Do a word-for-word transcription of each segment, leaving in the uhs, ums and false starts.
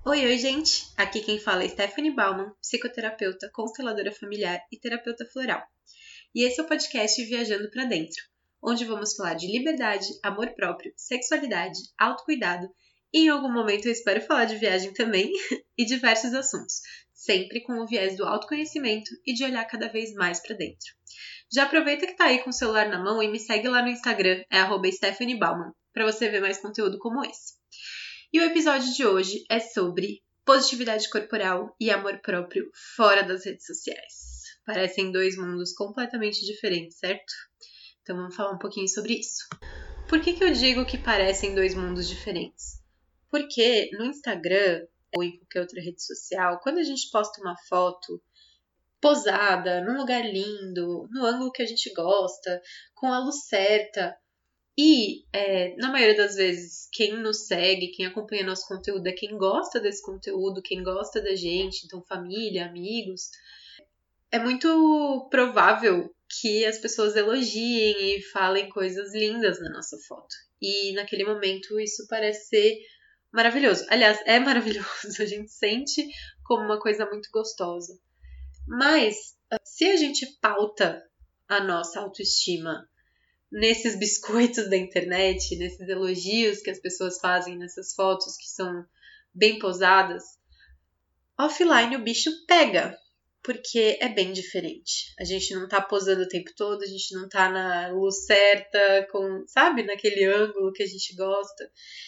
Oi, oi, gente! Aqui quem fala é Stephanie Bauman, psicoterapeuta, consteladora familiar e terapeuta floral. E esse é o podcast Viajando pra Dentro, onde vamos falar de liberdade, amor próprio, sexualidade, autocuidado e em algum momento eu espero falar de viagem também e diversos assuntos, sempre com o viés do autoconhecimento e de olhar cada vez mais pra dentro. Já aproveita que tá aí com o celular na mão e me segue lá no Instagram, é arroba Stephanie Bauman, para você ver mais conteúdo como esse. E o episódio de hoje é sobre positividade corporal e amor próprio fora das redes sociais. Parecem dois mundos completamente diferentes, certo? Então vamos falar um pouquinho sobre isso. Por que que eu digo que parecem dois mundos diferentes? Porque no Instagram ou em qualquer outra rede social, quando a gente posta uma foto posada, num lugar lindo, no ângulo que a gente gosta, com a luz certa, e, é, na maioria das vezes, quem nos segue, quem acompanha nosso conteúdo é quem gosta desse conteúdo, quem gosta da gente, então família, amigos. É muito provável que as pessoas elogiem e falem coisas lindas na nossa foto. E naquele momento isso parece ser maravilhoso. Aliás, é maravilhoso, a gente sente como uma coisa muito gostosa. Mas, se a gente pauta a nossa autoestima nesses biscoitos da internet, nesses elogios que as pessoas fazem nessas fotos que são bem posadas, offline o bicho pega, porque é bem diferente. A gente não tá posando o tempo todo, a gente não tá na luz certa, com, sabe, naquele ângulo que a gente gosta.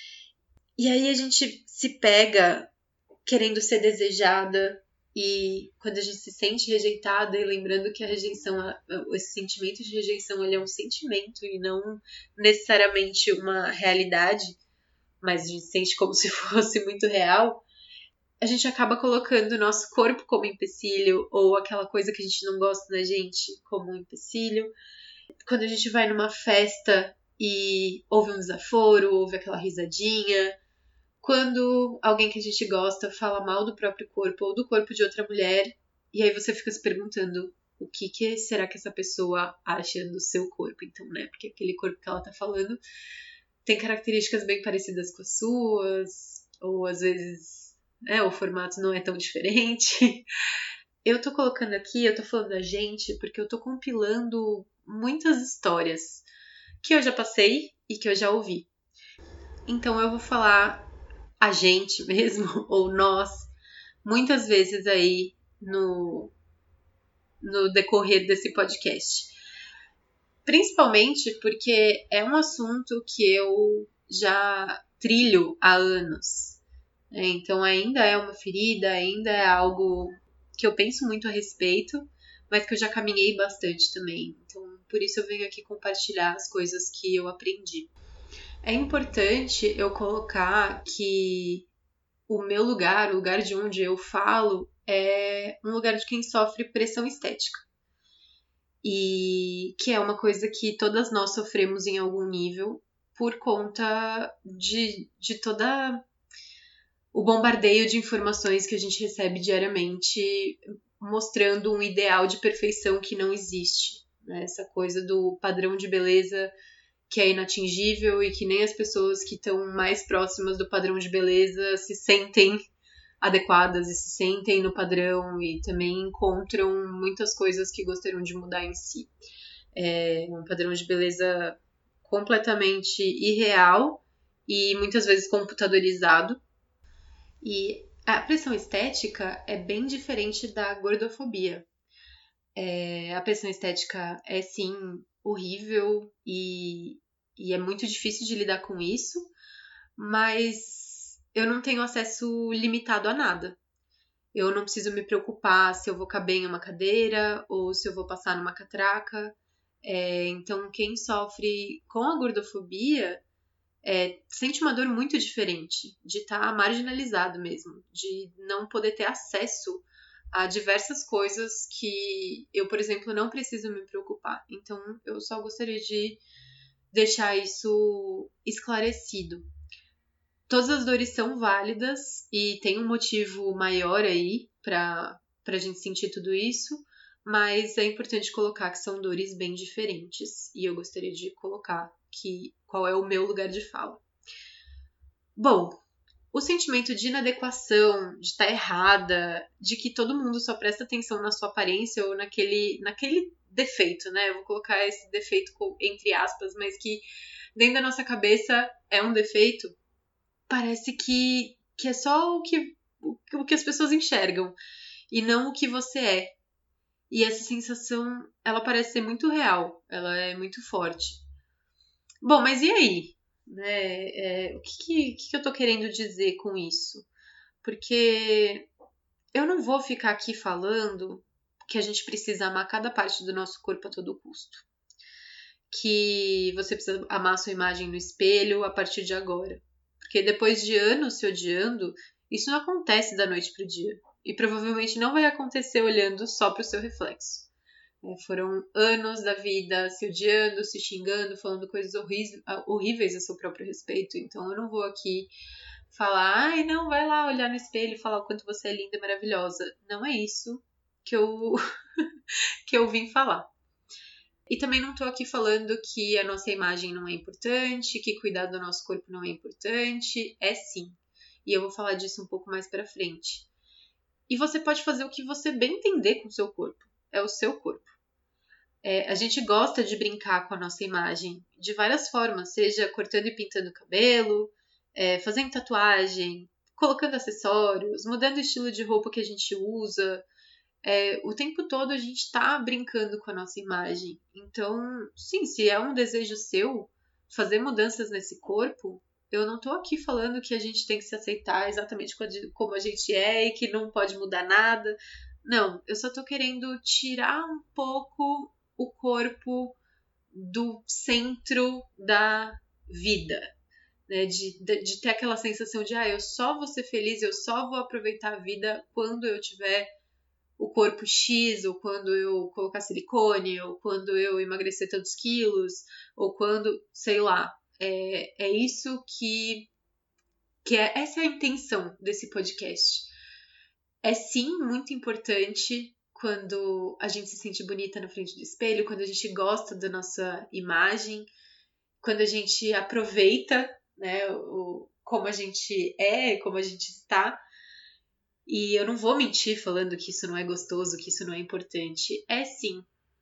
E aí a gente se pega querendo ser desejada, e quando a gente se sente rejeitada, e lembrando que a rejeição, esse sentimento de rejeição, ele é um sentimento e não necessariamente uma realidade, mas a gente sente como se fosse muito real, a gente acaba colocando o nosso corpo como empecilho, ou aquela coisa que a gente não gosta da gente como um empecilho. Quando a gente vai numa festa e ouve um desaforo, ouve aquela risadinha, quando alguém que a gente gosta fala mal do próprio corpo ou do corpo de outra mulher, e aí você fica se perguntando o que, que será que essa pessoa acha do seu corpo, então, né? Porque aquele corpo que ela tá falando tem características bem parecidas com as suas, ou às vezes, né, o formato não é tão diferente. Eu tô colocando aqui, eu tô falando da gente, porque eu tô compilando muitas histórias que eu já passei e que eu já ouvi. Então eu vou falar a gente mesmo, ou nós, muitas vezes aí no, no decorrer desse podcast. Principalmente porque é um assunto que eu já trilho há anos. Então ainda é uma ferida, ainda é algo que eu penso muito a respeito, mas que eu já caminhei bastante também. Então por isso eu venho aqui compartilhar as coisas que eu aprendi. É importante eu colocar que o meu lugar, o lugar de onde eu falo, é um lugar de quem sofre pressão estética. E que é uma coisa que todas nós sofremos em algum nível por conta de, de toda o bombardeio de informações que a gente recebe diariamente, mostrando um ideal de perfeição que não existe. Né? Essa coisa do padrão de beleza que é inatingível e que nem as pessoas que estão mais próximas do padrão de beleza se sentem adequadas e se sentem no padrão e também encontram muitas coisas que gostariam de mudar em si. É um padrão de beleza completamente irreal e muitas vezes computadorizado. E a pressão estética é bem diferente da gordofobia. É, a pressão estética é sim horrível e, e é muito difícil de lidar com isso, mas eu não tenho acesso limitado a nada. Eu não preciso me preocupar se eu vou caber em uma cadeira ou se eu vou passar numa catraca. É, então, quem sofre com a gordofobia é, sente uma dor muito diferente, de estar marginalizado mesmo, de não poder ter acesso a diversas coisas que eu, por exemplo, não preciso me preocupar. Então, eu só gostaria de deixar isso esclarecido. Todas as dores são válidas e tem um motivo maior aí para a gente sentir tudo isso, mas é importante colocar que são dores bem diferentes e eu gostaria de colocar que, qual é o meu lugar de fala. Bom, o sentimento de inadequação, de estar errada, de que todo mundo só presta atenção na sua aparência ou naquele, naquele defeito, né? Eu vou colocar esse defeito entre aspas, mas que dentro da nossa cabeça é um defeito, parece que, que é só o que, o que as pessoas enxergam e não o que você é. E essa sensação, ela parece ser muito real, ela é muito forte. Bom, mas e aí? Né? É, o que, que, que eu tô querendo dizer com isso? Porque eu não vou ficar aqui falando que a gente precisa amar cada parte do nosso corpo a todo custo. Que você precisa amar a sua imagem no espelho a partir de agora. Porque depois de anos se odiando, isso não acontece da noite pro dia. E provavelmente não vai acontecer olhando só pro seu reflexo. É, foram anos da vida se odiando, se xingando, falando coisas horríveis a seu próprio respeito. Então eu não vou aqui falar, ai não, vai lá olhar no espelho e falar o quanto você é linda e maravilhosa. Não é isso que eu, que eu vim falar. E também não tô aqui falando que a nossa imagem não é importante, que cuidar do nosso corpo não é importante. É sim. E eu vou falar disso um pouco mais pra frente. E você pode fazer o que você bem entender com o seu corpo. É o seu corpo. É, a gente gosta de brincar com a nossa imagem de várias formas, seja cortando e pintando o cabelo, é, fazendo tatuagem, colocando acessórios, mudando o estilo de roupa que a gente usa. É, o tempo todo a gente tá brincando com a nossa imagem. Então, sim, se é um desejo seu fazer mudanças nesse corpo, eu não tô aqui falando que a gente tem que se aceitar exatamente como a gente é e que não pode mudar nada. Não, eu só tô querendo tirar um pouco o corpo do centro da vida, né? De, de, de ter aquela sensação de, ah, eu só vou ser feliz, eu só vou aproveitar a vida quando eu tiver o corpo X, ou quando eu colocar silicone, ou quando eu emagrecer tantos quilos, ou quando, sei lá. É, é isso que, que é, essa é a intenção desse podcast. É sim muito importante quando a gente se sente bonita na frente do espelho, quando a gente gosta da nossa imagem, quando a gente aproveita, né, o, como a gente é, como a gente está. E eu não vou mentir falando que isso não é gostoso, que isso não é importante. É sim.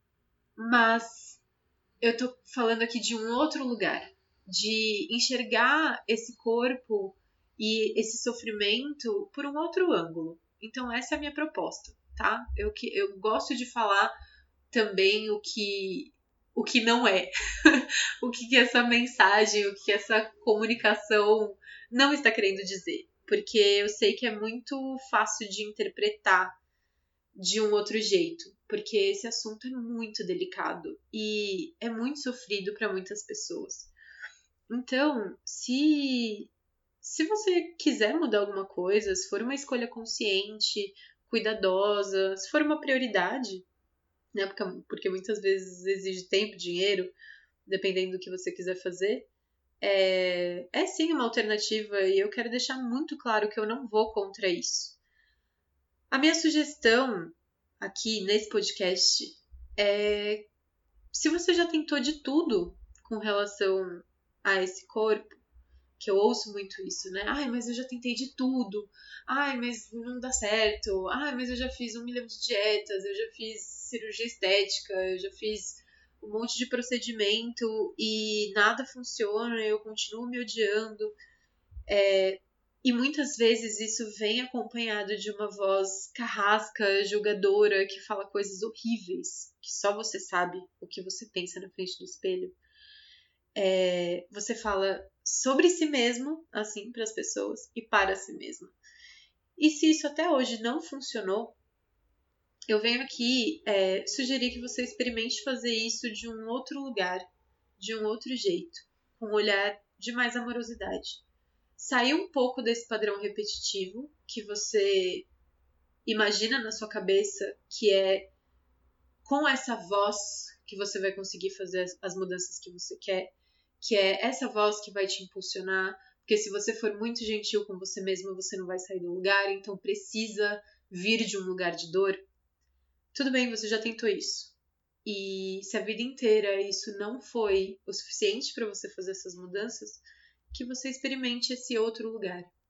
Mas eu tô falando aqui de um outro lugar, de enxergar esse corpo e esse sofrimento por um outro ângulo. Então essa é a minha proposta, tá? Eu, que, eu gosto de falar também o que, o que não é. O que, que essa mensagem, o que essa comunicação não está querendo dizer. Porque eu sei que é muito fácil de interpretar de um outro jeito. Porque esse assunto é muito delicado e é muito sofrido para muitas pessoas. Então, se, se você quiser mudar alguma coisa, se for uma escolha consciente, cuidadosa, se for uma prioridade, né? Porque, porque muitas vezes exige tempo, dinheiro, dependendo do que você quiser fazer, é, é sim uma alternativa e eu quero deixar muito claro que eu não vou contra isso. A minha sugestão aqui nesse podcast é, se você já tentou de tudo com relação a esse corpo, que eu ouço muito isso, né? Ai, mas eu já tentei de tudo. Ai, mas não dá certo. Ai, mas eu já fiz um milhão de dietas, eu já fiz cirurgia estética, eu já fiz um monte de procedimento e nada funciona, eu continuo me odiando. É, e muitas vezes isso vem acompanhado de uma voz carrasca, julgadora, que fala coisas horríveis, que só você sabe o que você pensa na frente do espelho. É, você fala sobre si mesmo, assim, para as pessoas e para si mesmo. E se isso até hoje não funcionou, eu venho aqui é, sugerir que você experimente fazer isso de um outro lugar, de um outro jeito, com um olhar de mais amorosidade. Sair um pouco desse padrão repetitivo que você imagina na sua cabeça, que é com essa voz que você vai conseguir fazer as mudanças que você quer, que é essa voz que vai te impulsionar, porque se você for muito gentil com você mesmo, você não vai sair do lugar, então precisa vir de um lugar de dor. Tudo bem, você já tentou isso. E se a vida inteira isso não foi o suficiente para você fazer essas mudanças, que você experimente esse outro lugar.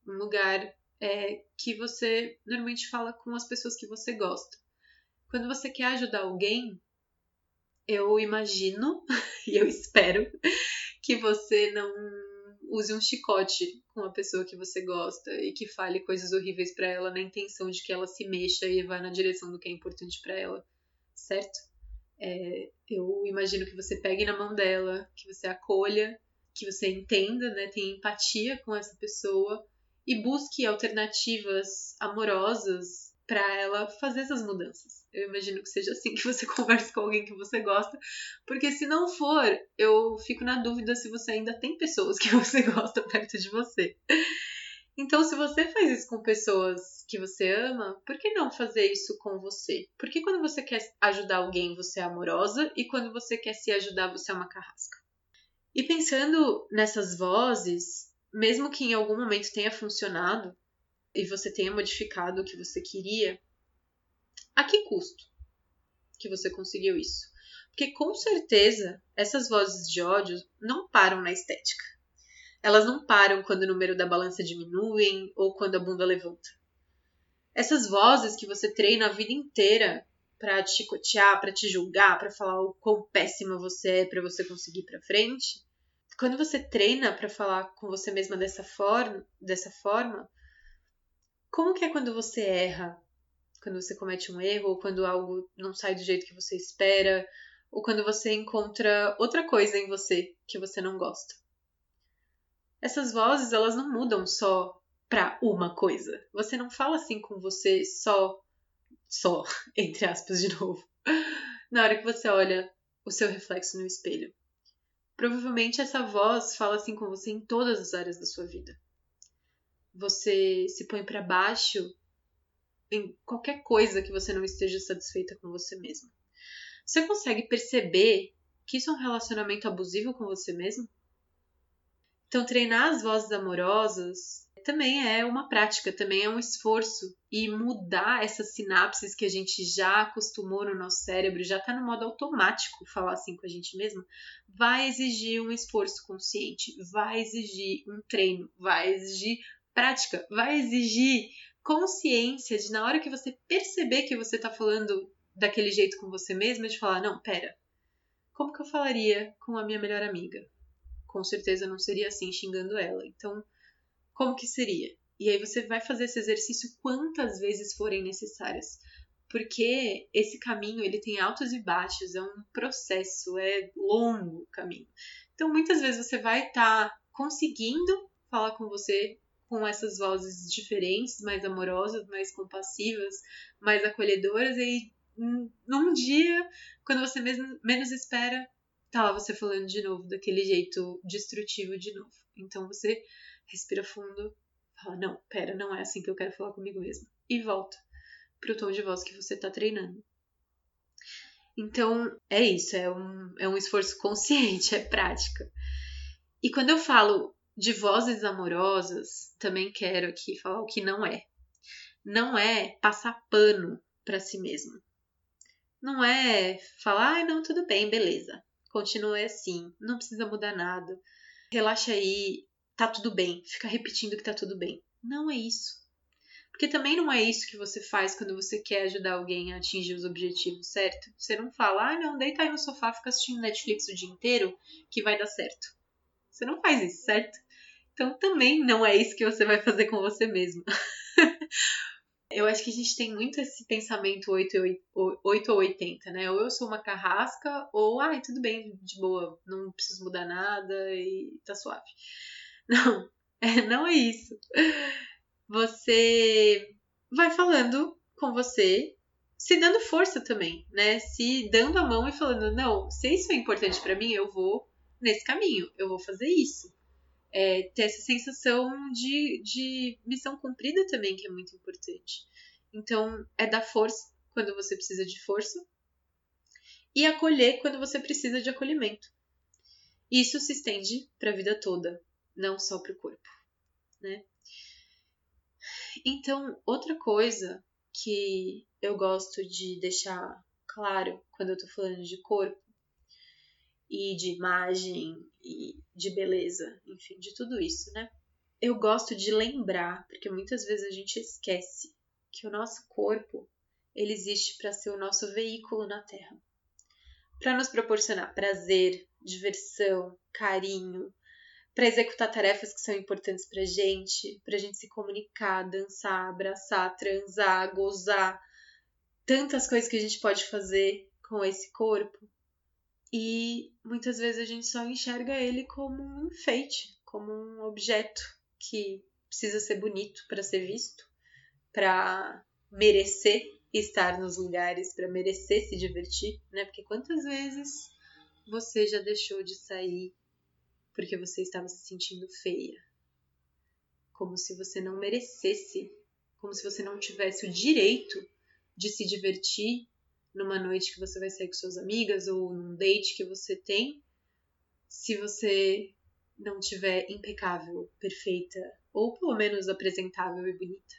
Um lugar é, que você normalmente fala com as pessoas que você gosta. Quando você quer ajudar alguém, eu imagino e eu espero que você não use um chicote com a pessoa que você gosta e que fale coisas horríveis pra ela na intenção de que ela se mexa e vá na direção do que é importante pra ela, certo? É, eu imagino que você pegue na mão dela, que você acolha, que você entenda, né, tenha empatia com essa pessoa e busque alternativas amorosas para ela fazer essas mudanças. Eu imagino que seja assim que você conversa com alguém que você gosta, porque se não for, eu fico na dúvida se você ainda tem pessoas que você gosta perto de você. Então, se você faz isso com pessoas que você ama, por que não fazer isso com você? Porque quando você quer ajudar alguém, você é amorosa, e quando você quer se ajudar, você é uma carrasca. E pensando nessas vozes, mesmo que em algum momento tenha funcionado e você tenha modificado o que você queria, a que custo que você conseguiu isso? Porque com certeza essas vozes de ódio não param na estética. Elas não param quando o número da balança diminui ou quando a bunda levanta. Essas vozes que você treina a vida inteira pra te chicotear, pra te julgar, pra falar o quão péssima você é pra você conseguir ir pra frente, quando você treina pra falar com você mesma dessa forma, dessa forma, como que é quando você erra? Quando você comete um erro, ou quando algo não sai do jeito que você espera, ou quando você encontra outra coisa em você que você não gosta. Essas vozes, elas não mudam só pra uma coisa. Você não fala assim com você só, só, entre aspas de novo, na hora que você olha o seu reflexo no espelho. Provavelmente essa voz fala assim com você em todas as áreas da sua vida. Você se põe pra baixo em qualquer coisa que você não esteja satisfeita com você mesma. Você consegue perceber que isso é um relacionamento abusivo com você mesmo? Então, treinar as vozes amorosas também é uma prática, também é um esforço. E mudar essas sinapses que a gente já acostumou no nosso cérebro, já está no modo automático falar assim com a gente mesma, vai exigir um esforço consciente, vai exigir um treino, vai exigir prática, vai exigir consciência de na hora que você perceber que você está falando daquele jeito com você mesma, de falar, não, pera, como que eu falaria com a minha melhor amiga? Com certeza não seria assim, xingando ela. Então, como que seria? E aí você vai fazer esse exercício quantas vezes forem necessárias. Porque esse caminho, ele tem altos e baixos, é um processo, é longo o caminho. Então, muitas vezes você vai estar tá conseguindo falar com você com essas vozes diferentes, mais amorosas, mais compassivas, mais acolhedoras, e num dia, quando você mesmo, menos espera, tá lá você falando de novo, daquele jeito destrutivo de novo. Então você respira fundo, fala, não, pera, não é assim que eu quero falar comigo mesma. E volta pro tom de voz que você tá treinando. Então, é isso, é um, é um esforço consciente, é prática. E quando eu falo de vozes amorosas, também quero aqui falar o que não é. Não é passar pano pra si mesmo. Não é falar, ah, não, tudo bem, beleza. Continue assim, não precisa mudar nada. Relaxa aí, tá tudo bem. Fica repetindo que tá tudo bem. Não é isso. Porque também não é isso que você faz quando você quer ajudar alguém a atingir os objetivos, certo? Você não fala, ah, não, deita aí no sofá, fica assistindo Netflix o dia inteiro que vai dar certo. Você não faz isso, certo? Então também não é isso que você vai fazer com você mesma. Eu acho que a gente tem muito esse pensamento oito ou oitenta, né? Ou eu sou uma carrasca, ou, ai, tudo bem, de boa, não preciso mudar nada e tá suave. Não, não é isso. Você vai falando com você, se dando força também, né? Se dando a mão e falando, não, se isso é importante pra mim, eu vou nesse caminho, eu vou fazer isso. É, ter essa sensação de, de missão cumprida também, que é muito importante. Então, é dar força quando você precisa de força e acolher quando você precisa de acolhimento. Isso se estende para a vida toda, não só para o corpo, né? Então, outra coisa que eu gosto de deixar claro quando eu tô falando de corpo e de imagem e de beleza, enfim, de tudo isso, né? eu gosto de lembrar, porque muitas vezes a gente esquece que o nosso corpo, ele existe para ser o nosso veículo na Terra. Para nos proporcionar prazer, diversão, carinho, para executar tarefas que são importantes pra gente, pra gente se comunicar, dançar, abraçar, transar, gozar, tantas coisas que a gente pode fazer com esse corpo. E muitas vezes a gente só enxerga ele como um enfeite, como um objeto que precisa ser bonito para ser visto, para merecer estar nos lugares, para merecer se divertir, né? Porque quantas vezes você já deixou de sair porque você estava se sentindo feia? Como se você não merecesse, como se você não tivesse o direito de se divertir numa noite que você vai sair com suas amigas ou num date que você tem, se você não tiver impecável, perfeita, ou pelo menos apresentável e bonita.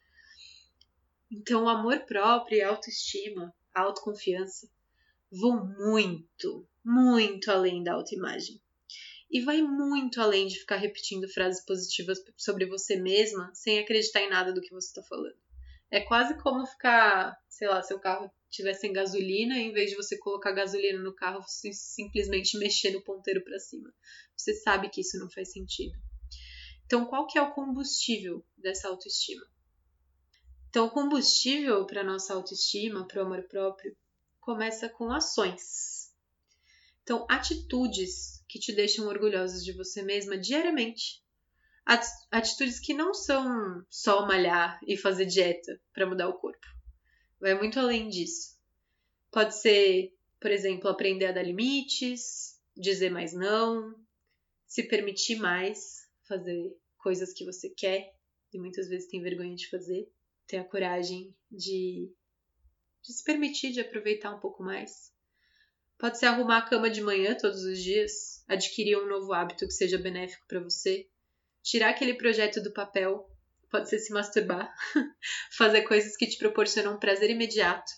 Então, o amor próprio, a autoestima, a autoconfiança vão muito, muito além da autoimagem. E vai muito além de ficar repetindo frases positivas sobre você mesma sem acreditar em nada do que você está falando. É quase como ficar, sei lá, seu carro tivesse sem gasolina, em vez de você colocar gasolina no carro, você simplesmente mexer no ponteiro para cima. Você sabe que isso não faz sentido. Então, qual que é o combustível dessa autoestima? Então, o combustível para nossa autoestima, para o amor próprio, começa com ações. Então, atitudes que te deixam orgulhosos de você mesma diariamente. Atitudes que não são só malhar e fazer dieta para mudar o corpo. Vai muito além disso. Pode ser, por exemplo, aprender a dar limites, dizer mais não, se permitir mais, fazer coisas que você quer e muitas vezes tem vergonha de fazer. Ter a coragem de, de se permitir, de aproveitar um pouco mais. Pode ser arrumar a cama de manhã todos os dias, adquirir um novo hábito que seja benéfico para você, tirar aquele projeto do papel, pode ser se masturbar, fazer coisas que te proporcionam prazer imediato.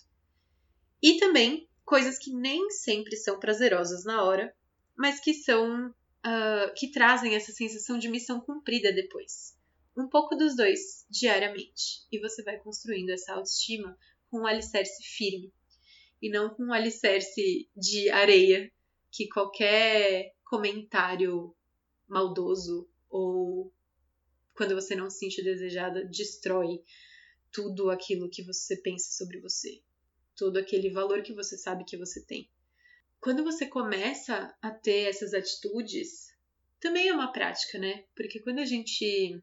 E também coisas que nem sempre são prazerosas na hora, mas que são, uh, que trazem essa sensação de missão cumprida depois. Um pouco dos dois, diariamente. E você vai construindo essa autoestima com um alicerce firme. E não com um alicerce de areia, que qualquer comentário maldoso ou quando você não se sente desejada, destrói tudo aquilo que você pensa sobre você. Todo aquele valor que você sabe que você tem. Quando você começa a ter essas atitudes, também é uma prática, né? Porque quando a gente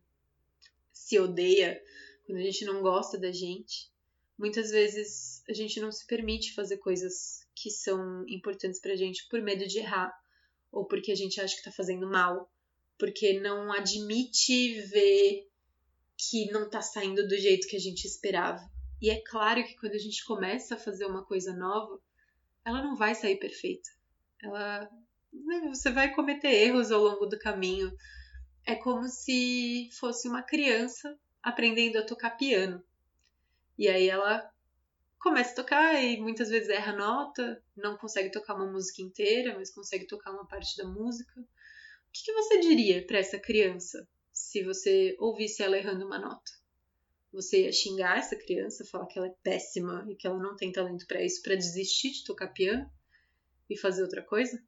se odeia, quando a gente não gosta da gente, muitas vezes a gente não se permite fazer coisas que são importantes pra gente por medo de errar, ou porque a gente acha que tá fazendo mal, porque não admite ver que não tá saindo do jeito que a gente esperava. E é claro que quando a gente começa a fazer uma coisa nova, ela não vai sair perfeita. Ela, você vai cometer erros ao longo do caminho. É como se fosse uma criança aprendendo a tocar piano. E aí ela começa a tocar e muitas vezes erra a nota, não consegue tocar uma música inteira, mas consegue tocar uma parte da música. O que, que você diria para essa criança se você ouvisse ela errando uma nota? Você ia xingar essa criança, falar que ela é péssima e que ela não tem talento para isso, para desistir de tocar piano e fazer outra coisa?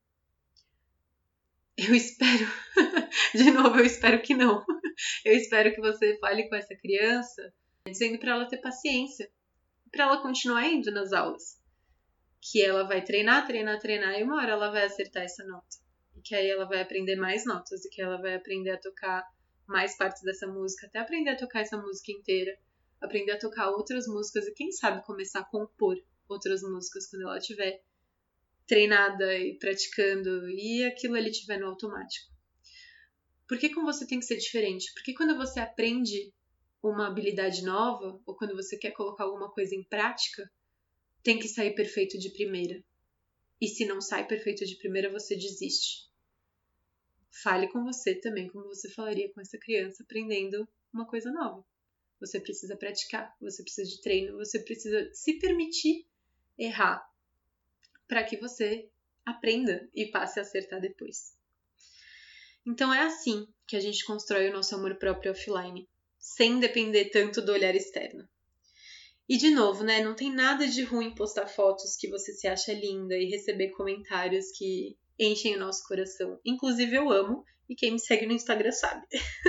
Eu espero, de novo, eu espero que não. Eu espero que você fale com essa criança, dizendo para ela ter paciência, para ela continuar indo nas aulas. Que ela vai treinar, treinar, treinar e uma hora ela vai acertar essa nota. E que aí ela vai aprender mais notas e que ela vai aprender a tocar mais partes dessa música, até aprender a tocar essa música inteira, aprender a tocar outras músicas e quem sabe começar a compor outras músicas quando ela estiver treinada e praticando e aquilo ali estiver no automático. Por que com você tem que ser diferente? Porque quando você aprende uma habilidade nova ou quando você quer colocar alguma coisa em prática, tem que sair perfeito de primeira. E se não sai perfeito de primeira, você desiste. Fale com você também como você falaria com essa criança aprendendo uma coisa nova. Você precisa praticar, você precisa de treino, você precisa se permitir errar para que você aprenda e passe a acertar depois. Então é assim, que a gente constrói o nosso amor próprio offline, sem depender tanto do olhar externo. E de novo, né, não tem nada de ruim postar fotos que você se acha linda e receber comentários que enchem o nosso coração. Inclusive eu amo, e quem me segue no Instagram sabe.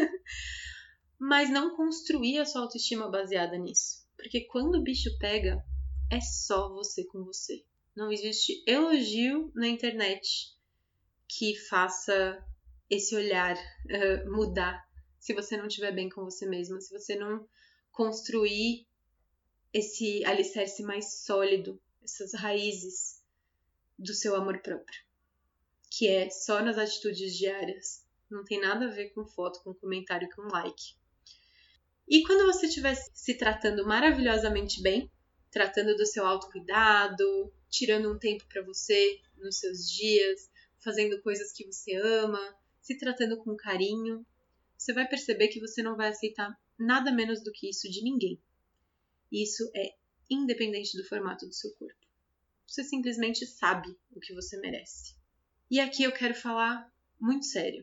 Mas não construir a sua autoestima baseada nisso. Porque quando o bicho pega, é só você com você. Não existe elogio na internet que faça esse olhar uh, mudar se você não estiver bem com você mesma, se você não construir esse alicerce mais sólido, essas raízes do seu amor próprio, que é só nas atitudes diárias. Não tem nada a ver com foto, com comentário, com like. E quando você estiver se tratando maravilhosamente bem, tratando do seu autocuidado, tirando um tempo para você nos seus dias, fazendo coisas que você ama, se tratando com carinho, você vai perceber que você não vai aceitar nada menos do que isso de ninguém. Isso é independente do formato do seu corpo. Você simplesmente sabe o que você merece. E aqui eu quero falar muito sério.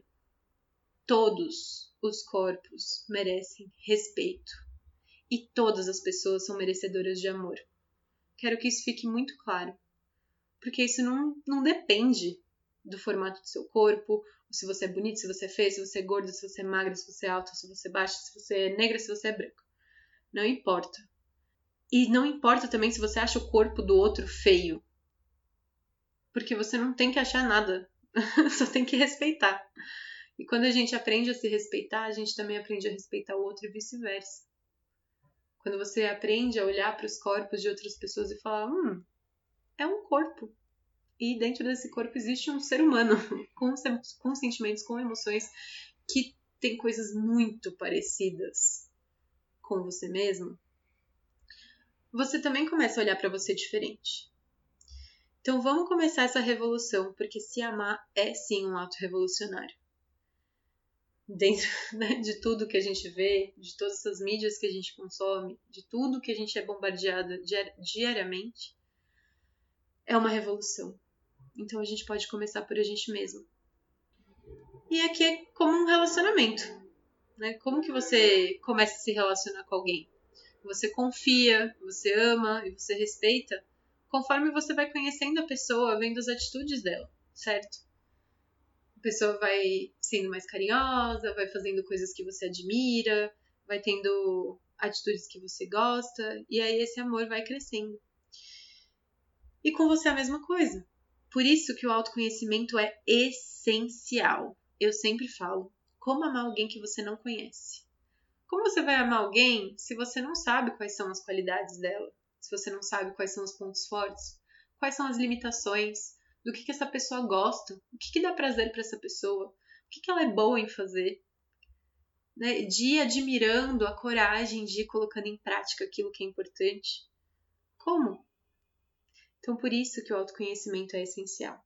Todos os corpos merecem respeito. E todas as pessoas são merecedoras de amor. Quero que isso fique muito claro. Porque isso não, não depende do formato do seu corpo, se você é bonito, se você é feio, se você é gordo, se você é magra, se você é alta, se você é baixa, se você é negra, se você é branca. Não importa. E não importa também se você acha o corpo do outro feio. Porque você não tem que achar nada. Só tem que respeitar. E quando a gente aprende a se respeitar, a gente também aprende a respeitar o outro e vice-versa. Quando você aprende a olhar para os corpos de outras pessoas e falar, hum, é um corpo. E dentro desse corpo existe um ser humano com, com sentimentos, com emoções que tem coisas muito parecidas com você mesmo. Você também começa a olhar para você diferente. Então vamos começar essa revolução, porque se amar é sim um ato revolucionário. Dentro, né, de tudo que a gente vê, de todas essas mídias que a gente consome, de tudo que a gente é bombardeada diariamente, é uma revolução. Então a gente pode começar por a gente mesmo. E aqui é como um relacionamento, né? Como que você começa a se relacionar com alguém? Você confia, você ama e você respeita conforme você vai conhecendo a pessoa, vendo as atitudes dela, certo? A pessoa vai sendo mais carinhosa, vai fazendo coisas que você admira, vai tendo atitudes que você gosta, e aí esse amor vai crescendo. E com você é a mesma coisa. Por isso que o autoconhecimento é essencial. Eu sempre falo, como amar alguém que você não conhece? Como você vai amar alguém se você não sabe quais são as qualidades dela? Se você não sabe quais são os pontos fortes? Quais são as limitações? Do que, que essa pessoa gosta? O que, que dá prazer para essa pessoa? O que, que ela é boa em fazer? Né? De ir admirando a coragem de ir colocando em prática aquilo que é importante. Como? Então, por isso que o autoconhecimento é essencial.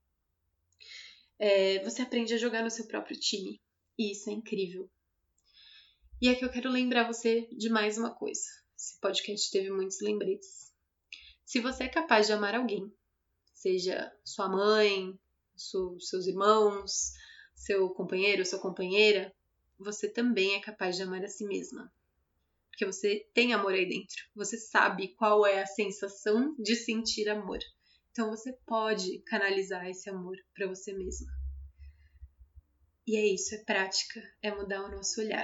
É, você aprende a jogar no seu próprio time. E isso é incrível. E aqui eu quero lembrar você de mais uma coisa. Esse podcast teve muitos lembretes. Se você é capaz de amar alguém, seja sua mãe, seus irmãos, seu companheiro, sua companheira, você também é capaz de amar a si mesma. Porque você tem amor aí dentro. Você sabe qual é a sensação de sentir amor. Então você pode canalizar esse amor para você mesma. E é isso, é prática, é mudar o nosso olhar.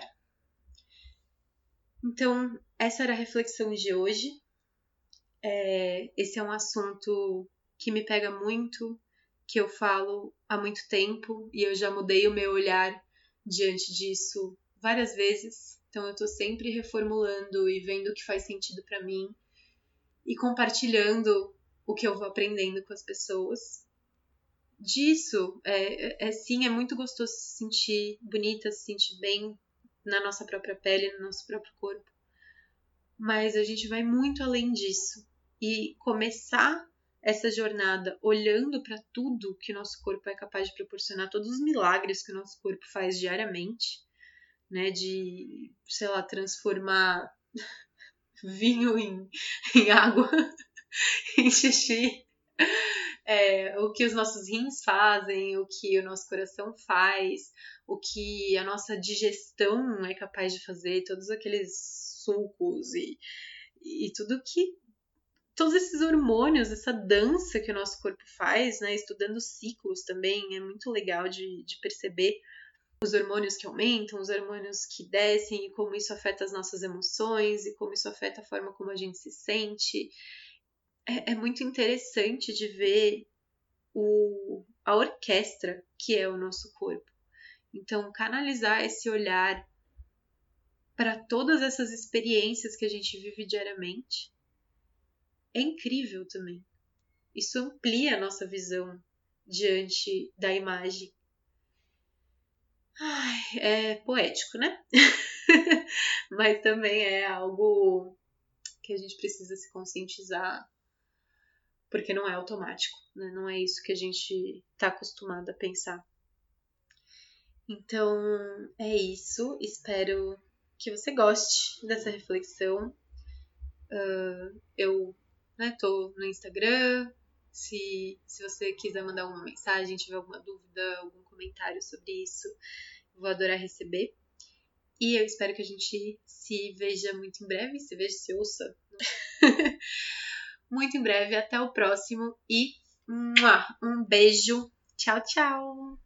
Então, essa era a reflexão de hoje. É, esse é um assunto que me pega muito, que eu falo há muito tempo e eu já mudei o meu olhar diante disso várias vezes. Então eu tô sempre reformulando e vendo o que faz sentido para mim e compartilhando o que eu vou aprendendo com as pessoas. Disso, é, é sim, é muito gostoso se sentir bonita, se sentir bem na nossa própria pele, no nosso próprio corpo. Mas a gente vai muito além disso. E começar essa jornada olhando para tudo que o nosso corpo é capaz de proporcionar, todos os milagres que o nosso corpo faz diariamente, né? De, sei lá, transformar vinho em, em água, em xixi, é, o que os nossos rins fazem, o que o nosso coração faz, o que a nossa digestão é capaz de fazer, todos aqueles sucos e, e tudo que todos esses hormônios, essa dança que o nosso corpo faz, né? Estudando ciclos também, é muito legal de, de perceber os hormônios que aumentam, os hormônios que descem e como isso afeta as nossas emoções e como isso afeta a forma como a gente se sente. É, é muito interessante de ver o, a orquestra que é o nosso corpo. Então, canalizar esse olhar para todas essas experiências que a gente vive diariamente é incrível também. Isso amplia a nossa visão diante da imagem. Ai, é poético, né? Mas também é algo que a gente precisa se conscientizar, porque não é automático, né? Não é isso que a gente está acostumado a pensar. Então, é isso. Espero que você goste dessa reflexão. Uh, eu né, tô no Instagram. Se, se você quiser mandar alguma mensagem, tiver alguma dúvida, algum comentário sobre isso, vou adorar receber. E eu espero que a gente se veja muito em breve, se veja, se ouça. Muito em breve. Até o próximo e um beijo. Tchau, tchau!